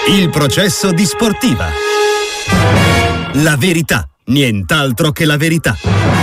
Il processo di Sportiva. La verità, nient'altro che la verità.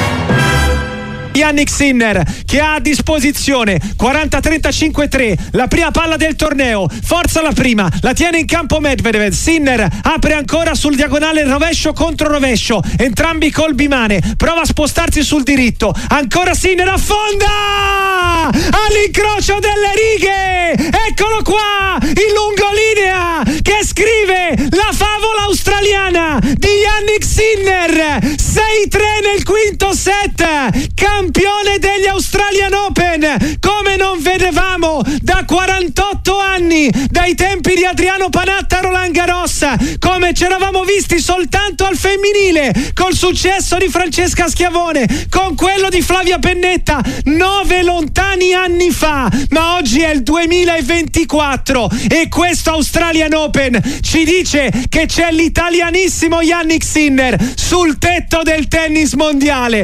Jannik Sinner che ha a disposizione 40-35-3 la prima palla del torneo, forza la prima, la tiene in campo Medvedev. Sinner apre ancora sul diagonale rovescio contro rovescio, entrambi colpi mane, prova a spostarsi sul diritto, ancora Sinner, affonda all'incrocio delle righe, eccolo qua il lungolinea che scrive la favola australiana di Jannik Sinner. 6-3 nel quinto set, campione degli Australian Open come non vedevamo da 48 anni, dai tempi di Adriano Panatta a Roland Garros, come ci eravamo visti soltanto al femminile col successo di Francesca Schiavone, con quello di Flavia Pennetta 9 lontani anni fa. Ma oggi è il 2024 e questo Australian Open ci dice che c'è l'italianissimo Jannik Sinner sul tetto del tennis mondiale.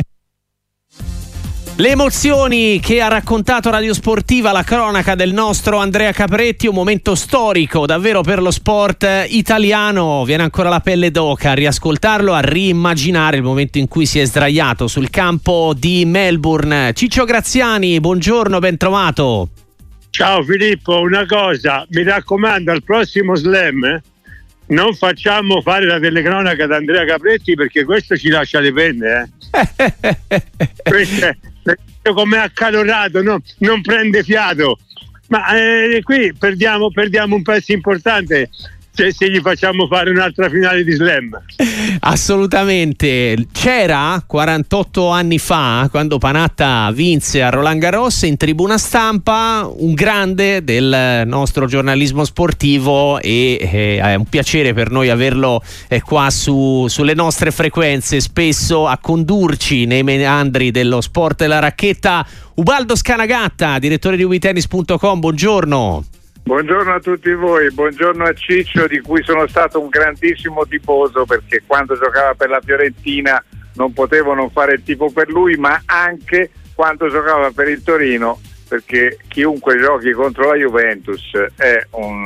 Le emozioni che ha raccontato Radio Sportiva, la cronaca del nostro Andrea Capretti, un momento storico davvero per lo sport italiano. Viene ancora la pelle d'oca a riascoltarlo, a riimmaginare il momento in cui si è sdraiato sul campo di Melbourne. Ciccio Graziani, buongiorno, ben trovato. Ciao Filippo, una cosa, mi raccomando, al prossimo slam non facciamo fare la telecronaca da Andrea Capretti, perché questo ci lascia le penne, Questo è come accalorato, no? Non prende fiato, ma qui perdiamo un pezzo importante se gli facciamo fare un'altra finale di slam. Assolutamente. C'era 48 anni fa, quando Panatta vinse a Roland Garros, in tribuna stampa un grande del nostro giornalismo sportivo, e è un piacere per noi averlo qua sulle nostre frequenze, spesso a condurci nei meandri dello sport e la racchetta. Ubaldo Scanagatta, direttore di ubitennis.com, buongiorno. Buongiorno a tutti voi, buongiorno a Ciccio, di cui sono stato un grandissimo tifoso, perché quando giocava per la Fiorentina non potevo non fare il tifo per lui, ma anche quando giocava per il Torino, perché chiunque giochi contro la Juventus è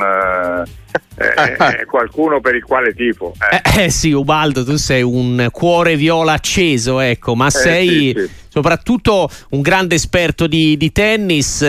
qualcuno per il quale tifo. Sì, Ubaldo, tu sei un cuore viola acceso, ecco, ma sei sì. soprattutto un grande esperto di tennis.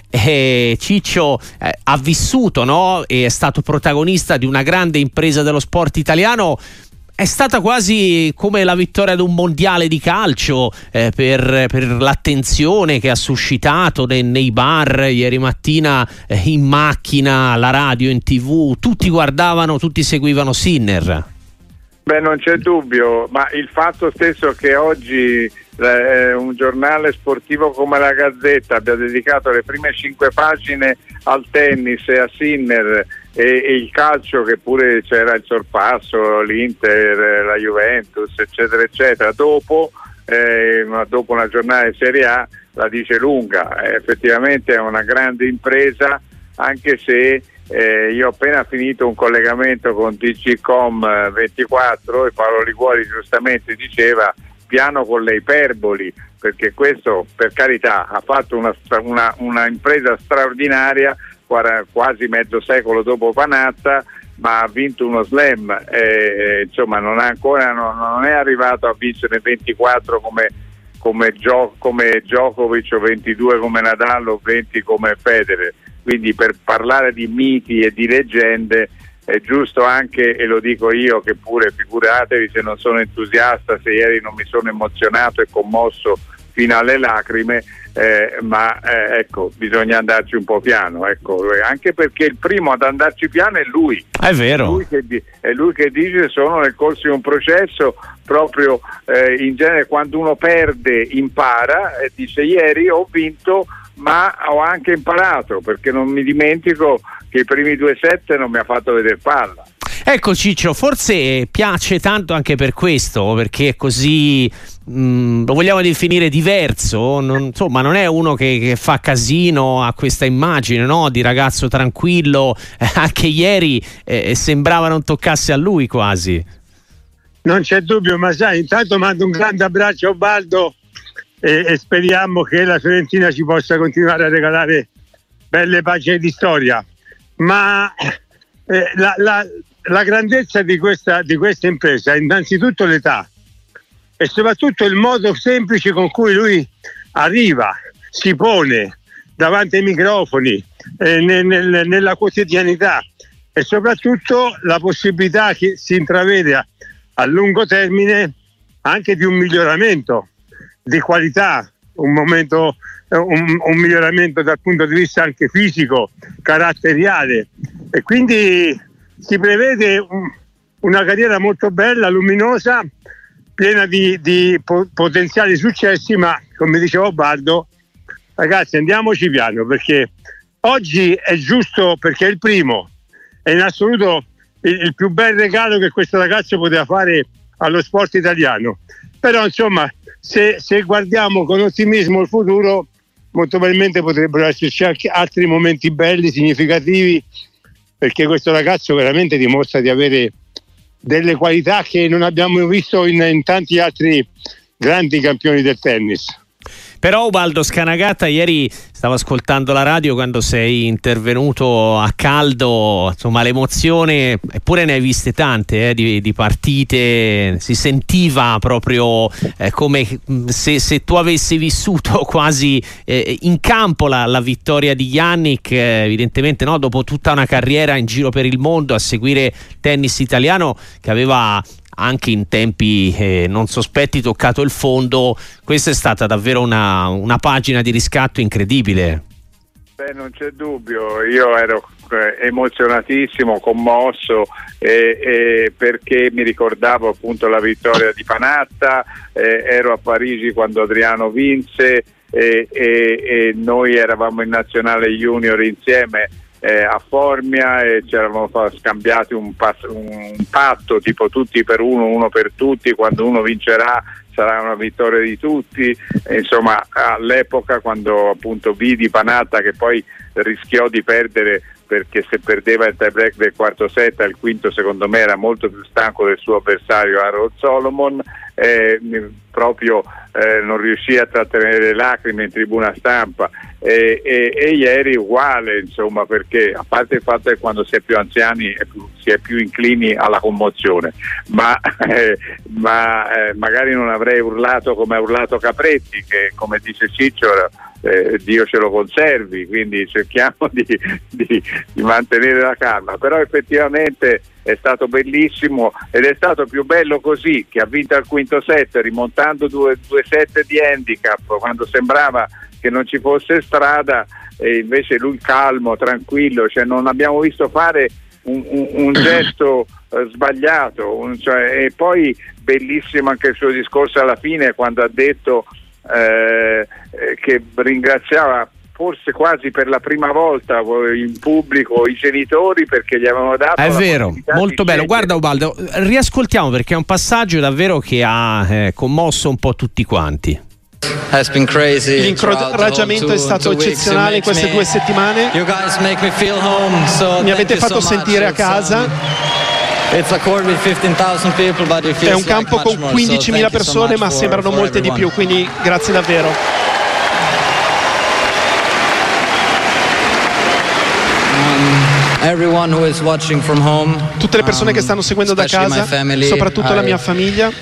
Ciccio ha vissuto, no? E è stato protagonista di una grande impresa dello sport italiano. È stata quasi come la vittoria di un mondiale di calcio, per l'attenzione che ha suscitato nei bar ieri mattina, in macchina, alla radio, in TV. Tutti guardavano, tutti seguivano Sinner. Beh, non c'è dubbio, ma il fatto stesso che oggi un giornale sportivo come la Gazzetta abbia dedicato le prime 5 pagine al tennis e a Sinner e il calcio, che pure c'era il sorpasso, l'Inter, la Juventus, eccetera eccetera, dopo una giornata di Serie A, la dice lunga. Effettivamente è una grande impresa, anche se io ho appena finito un collegamento con DGCOM 24 e Paolo Liguori giustamente diceva piano con le iperboli, perché questo, per carità, ha fatto una impresa straordinaria quasi mezzo secolo dopo Panatta, ma ha vinto uno slam, insomma non è arrivato a vincere 24 come Djokovic, o 22 come Nadal, o 20 come Federer. Quindi, per parlare di miti e di leggende, è giusto anche, e lo dico io, che pure figuratevi se non sono entusiasta, se ieri non mi sono emozionato e commosso fino alle lacrime, ecco, bisogna andarci un po' piano, ecco, anche perché il primo ad andarci piano è lui. È vero. È lui che dice: sono nel corso di un processo, proprio in genere quando uno perde impara, e dice: ieri ho vinto ma ho anche imparato, perché non mi dimentico che i primi 2 set non mi ha fatto vedere palla. Ecco Ciccio, forse piace tanto anche per questo, perché è così, lo vogliamo definire diverso, non è uno che fa casino, ha questa immagine, no, di ragazzo tranquillo, anche ieri sembrava non toccasse a lui quasi. Non c'è dubbio, ma sai, intanto mando un grande abbraccio a Ubaldo e speriamo che la Fiorentina ci possa continuare a regalare belle pagine di storia. Ma la grandezza di questa impresa è innanzitutto l'età e soprattutto il modo semplice con cui lui arriva, si pone davanti ai microfoni, nella quotidianità, e soprattutto la possibilità che si intravede a lungo termine anche di un miglioramento di qualità, un miglioramento dal punto di vista anche fisico, caratteriale, e quindi si prevede una carriera molto bella, luminosa, piena di potenziali successi, ma come diceva Baldo, ragazzi, andiamoci piano, perché oggi è giusto, perché è il primo, è in assoluto il più bel regalo che questo ragazzo poteva fare allo sport italiano. Però insomma, se guardiamo con ottimismo il futuro, molto probabilmente potrebbero esserci anche altri momenti belli, significativi, perché questo ragazzo veramente dimostra di avere delle qualità che non abbiamo visto in tanti altri grandi campioni del tennis. Però Ubaldo Scanagata, ieri stavo ascoltando la radio quando sei intervenuto a caldo, insomma l'emozione, eppure ne hai viste tante di partite, si sentiva proprio come se tu avessi vissuto quasi in campo la vittoria di Jannik, evidentemente no, dopo tutta una carriera in giro per il mondo a seguire tennis italiano che aveva anche in tempi non sospetti toccato il fondo. Questa è stata davvero una pagina di riscatto incredibile. Beh, non c'è dubbio, io ero emozionatissimo, commosso, perché mi ricordavo appunto la vittoria di Panatta, ero a Parigi quando Adriano vinse, e noi eravamo in nazionale junior insieme a Formia, e ci eravamo scambiati un patto tipo tutti per uno per tutti, quando uno vincerà sarà una vittoria di tutti. E insomma, all'epoca, quando appunto vidi Panatta che poi rischiò di perdere, perché se perdeva il tie break del quarto set, al quinto secondo me era molto più stanco del suo avversario Harold Solomon, proprio non riuscì a trattenere le lacrime in tribuna stampa, e ieri uguale, insomma, perché a parte il fatto che quando si è più anziani si è più inclini alla commozione, ma magari non avrei urlato come ha urlato Capretti, che come dice Ciccio Dio ce lo conservi, quindi cerchiamo di mantenere la calma. Però effettivamente è stato bellissimo, ed è stato più bello così, che ha vinto al quinto set rimontando due set di handicap quando sembrava che non ci fosse strada, e invece lui calmo, tranquillo, cioè non abbiamo visto fare un gesto sbagliato, e poi bellissimo anche il suo discorso alla fine, quando ha detto che ringraziava forse quasi per la prima volta in pubblico i genitori, perché gli avevano dato è vero, molto bello. Guarda Ubaldo, riascoltiamo, perché è un passaggio davvero che ha commosso un po' tutti quanti. L'incoraggiamento è stato eccezionale in queste 2 settimane. Mi avete fatto sentire a casa. È un campo con 15.000 persone, ma sembrano molte di più, quindi grazie davvero. Tutte le persone che stanno seguendo da casa, soprattutto la mia famiglia.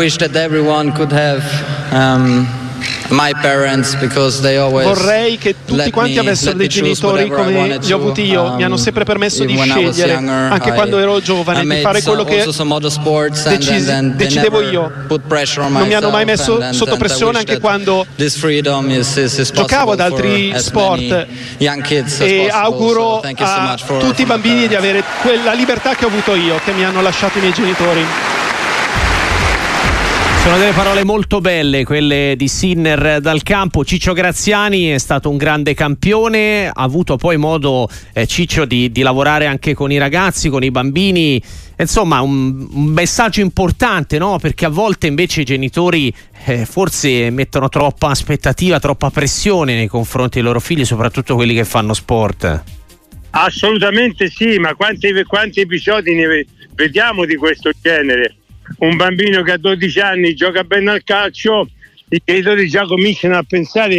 Vorrei che tutti quanti avessero dei genitori come li ho avuti io. Mi hanno sempre permesso di scegliere, anche quando ero giovane, di fare quello che decidevo io. Non mi hanno mai messo sotto pressione, anche quando giocavo ad altri sport, e auguro a tutti i bambini di avere quella libertà che ho avuto io, che mi hanno lasciato i miei genitori. Sono delle parole molto belle quelle di Sinner dal campo. Ciccio Graziani è stato un grande campione, ha avuto poi modo Ciccio di lavorare anche con i ragazzi, con i bambini, insomma un messaggio importante, no? Perché a volte invece i genitori forse mettono troppa aspettativa, troppa pressione nei confronti dei loro figli, soprattutto quelli che fanno sport. Assolutamente sì, ma quanti episodi ne vediamo di questo genere? Un bambino che a 12 anni gioca bene al calcio, i genitori già cominciano a pensare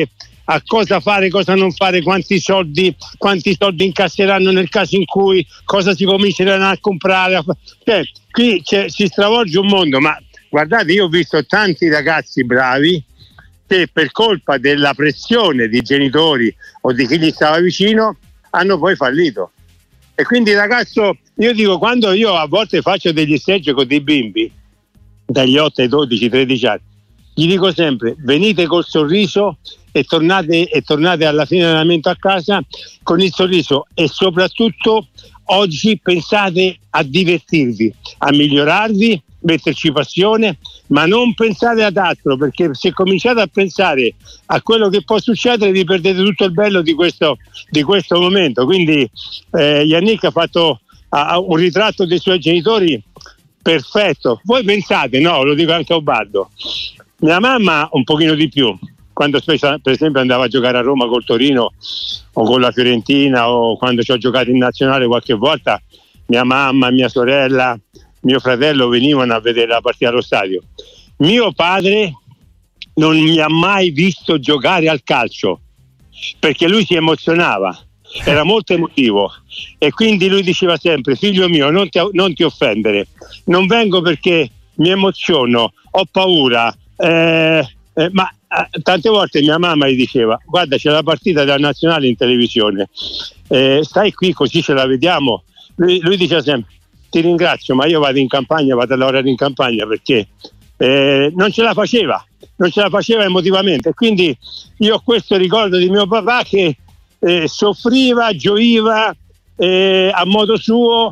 a cosa fare, cosa non fare, quanti soldi incasseranno nel caso in cui, cosa si cominceranno a comprare. Qui si stravolge un mondo, ma guardate, io ho visto tanti ragazzi bravi che per colpa della pressione di genitori o di chi gli stava vicino hanno poi fallito. E quindi ragazzo, io dico, quando io a volte faccio degli stage con dei bimbi dagli 8 ai 12, 13 anni, gli dico sempre: venite col sorriso e tornate alla fine dell'allenamento a casa con il sorriso, e soprattutto oggi pensate a divertirvi, a migliorarvi, metterci passione, ma non pensate ad altro, perché se cominciate a pensare a quello che può succedere vi perdete tutto il bello di questo momento. Quindi Yannick ha fatto un ritratto dei suoi genitori perfetto. Voi pensate, no, lo dico anche a Ubaldo, mia mamma un pochino di più, quando per esempio andava a giocare a Roma col Torino o con la Fiorentina, o quando ci ho giocato in nazionale qualche volta, mia mamma, mia sorella, mio fratello venivano a vedere la partita allo stadio. Mio padre non mi ha mai visto giocare al calcio, perché lui si emozionava, era molto emotivo, e quindi lui diceva sempre: figlio mio, non ti offendere, non vengo perché mi emoziono, ho paura, ma tante volte mia mamma gli diceva: guarda, c'è la partita della nazionale in televisione, stai qui così ce la vediamo. Lui diceva sempre: ti ringrazio, ma io vado a lavorare in campagna, perché non ce la faceva emotivamente. Quindi io ho questo ricordo di mio papà che soffriva, gioiva a modo suo,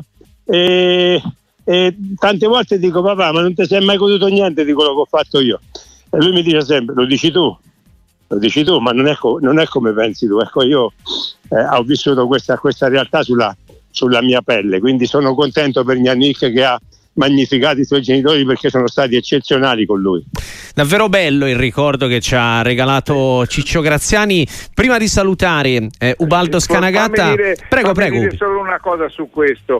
tante volte dico: papà, ma non ti sei mai goduto niente di quello che ho fatto io? E lui mi dice sempre: lo dici tu, ma non è come pensi tu. Ecco, io ho vissuto questa realtà sulla mia pelle, quindi sono contento per Yannick, che ha magnificato i suoi genitori, perché sono stati eccezionali con lui. Davvero bello il ricordo che ci ha regalato Ciccio Graziani. Prima di salutare Ubaldo Scanagata, prego. Dire solo una cosa su questo.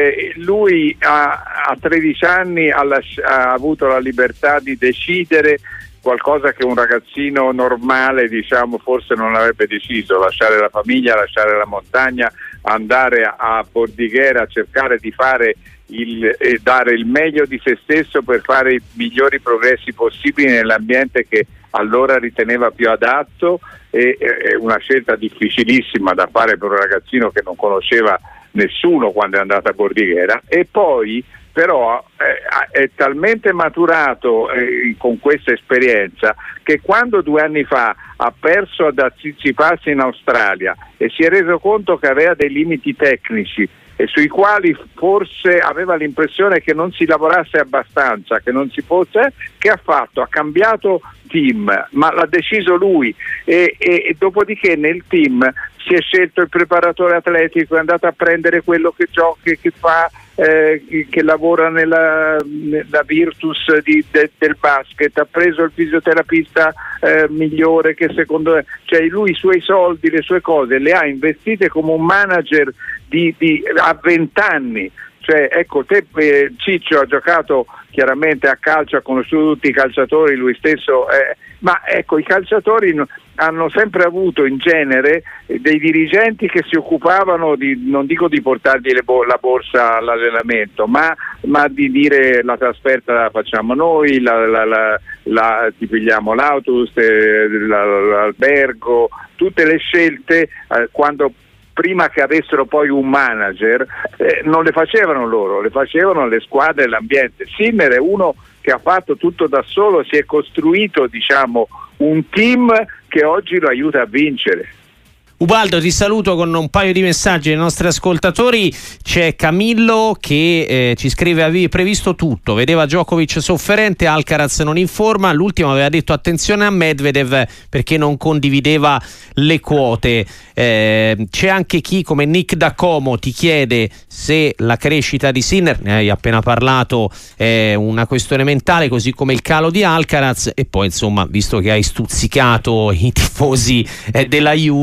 Lui a 13 anni ha avuto la libertà di decidere qualcosa che un ragazzino normale, diciamo, forse non avrebbe deciso: lasciare la famiglia, lasciare la montagna, andare a Bordighera a cercare di fare dare il meglio di se stesso per fare i migliori progressi possibili nell'ambiente che allora riteneva più adatto. È una scelta difficilissima da fare per un ragazzino che non conosceva nessuno quando è andato a Bordighera, e poi però è talmente maturato con questa esperienza che quando 2 anni fa ha perso da Tsitsipas in Australia e si è reso conto che aveva dei limiti tecnici e sui quali forse aveva l'impressione che non si lavorasse abbastanza, che non si fosse, che ha fatto? Ha cambiato team, ma l'ha deciso lui, e dopodiché nel team si è scelto il preparatore atletico, è andato a prendere quello che gioca, che fa, che lavora nella Virtus del basket, ha preso il fisioterapista migliore, che secondo me, cioè lui i suoi soldi, le sue cose le ha investite come un manager a 20 anni. Cioè, ecco, Ciccio ha giocato chiaramente a calcio, ha conosciuto tutti i calciatori, lui stesso, ma ecco, i calciatori hanno sempre avuto in genere dei dirigenti che si occupavano non dico di portargli la borsa all'allenamento, ma di dire: la trasferta la facciamo noi, ti pigliamo l'autobus, l'albergo, tutte le scelte quando prima che avessero poi un manager, non le facevano loro, le facevano le squadre e l'ambiente. Sinner è uno che ha fatto tutto da solo, si è costruito, diciamo, un team che oggi lo aiuta a vincere. Ubaldo, ti saluto con un paio di messaggi dei nostri ascoltatori. C'è Camillo che ci scrive: avevi previsto tutto, vedeva Djokovic sofferente, Alcaraz non in forma, l'ultimo aveva detto attenzione a Medvedev perché non condivideva le quote. C'è anche chi come Nick da Como ti chiede se la crescita di Sinner, ne hai appena parlato, è una questione mentale, così come il calo di Alcaraz. E poi insomma, visto che hai stuzzicato i tifosi della Juve, ovviamente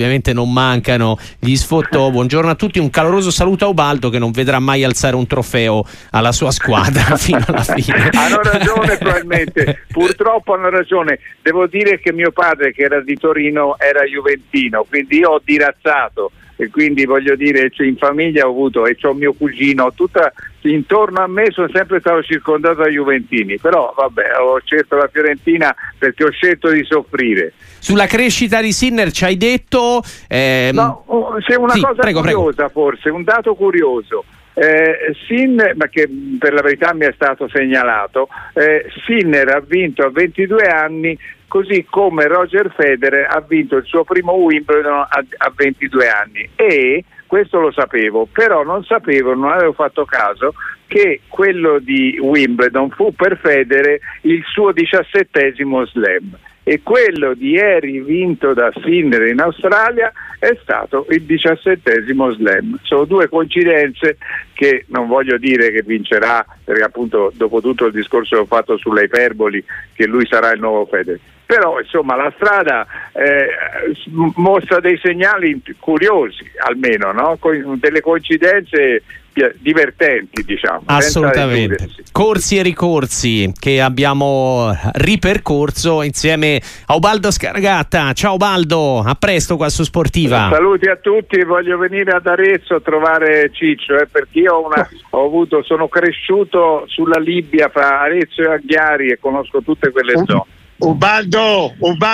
ovviamente non mancano gli sfottò. Buongiorno a tutti, un caloroso saluto a Ubaldo che non vedrà mai alzare un trofeo alla sua squadra fino alla fine. Hanno ragione probabilmente, purtroppo hanno ragione. Devo dire che mio padre, che era di Torino, era juventino, quindi io ho dirazzato, e quindi voglio dire, in famiglia ho avuto, e c'ho mio cugino, intorno a me sono sempre stato circondato da juventini, però vabbè, ho scelto la Fiorentina perché ho scelto di soffrire. Sulla crescita di Sinner ci hai detto no, c'è una cosa curiosa, forse un dato curioso. Sinner, ma che per la verità mi è stato segnalato, Sinner ha vinto a 22 anni, così come Roger Federer ha vinto il suo primo Wimbledon a 22 anni, e questo lo sapevo, però non avevo fatto caso che quello di Wimbledon fu per Federer il suo 17° slam, e quello di ieri vinto da Sinner in Australia è stato il 17° slam. Sono due coincidenze che non voglio dire che vincerà, perché appunto dopo tutto il discorso che ho fatto sulle iperboli che lui sarà il nuovo Federer, però insomma la strada mostra dei segnali curiosi, almeno, no? Delle coincidenze divertenti, diciamo. Assolutamente. Corsi e ricorsi che abbiamo ripercorso insieme a Ubaldo Scaragatta. Ciao Ubaldo, a presto qua su Sportiva. Saluti a tutti, voglio venire ad Arezzo a trovare Ciccio, perché io sono cresciuto sulla Libia fra Arezzo e Aghiari e conosco tutte quelle zone. Ubaldo,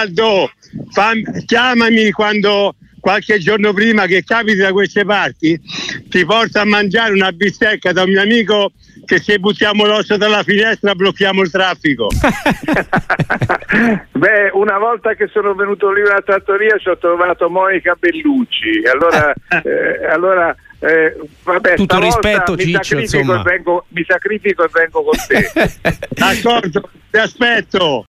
chiamami quando qualche giorno prima che capiti da queste parti, ti porto a mangiare una bistecca da un mio amico, che se buttiamo l'osso dalla finestra blocchiamo il traffico. Beh, una volta che sono venuto lì alla trattoria ci ho trovato Monica Bellucci, allora vabbè, tutto rispetto, Ciccio, mi sacrifico e vengo con te. D'accordo, ti aspetto.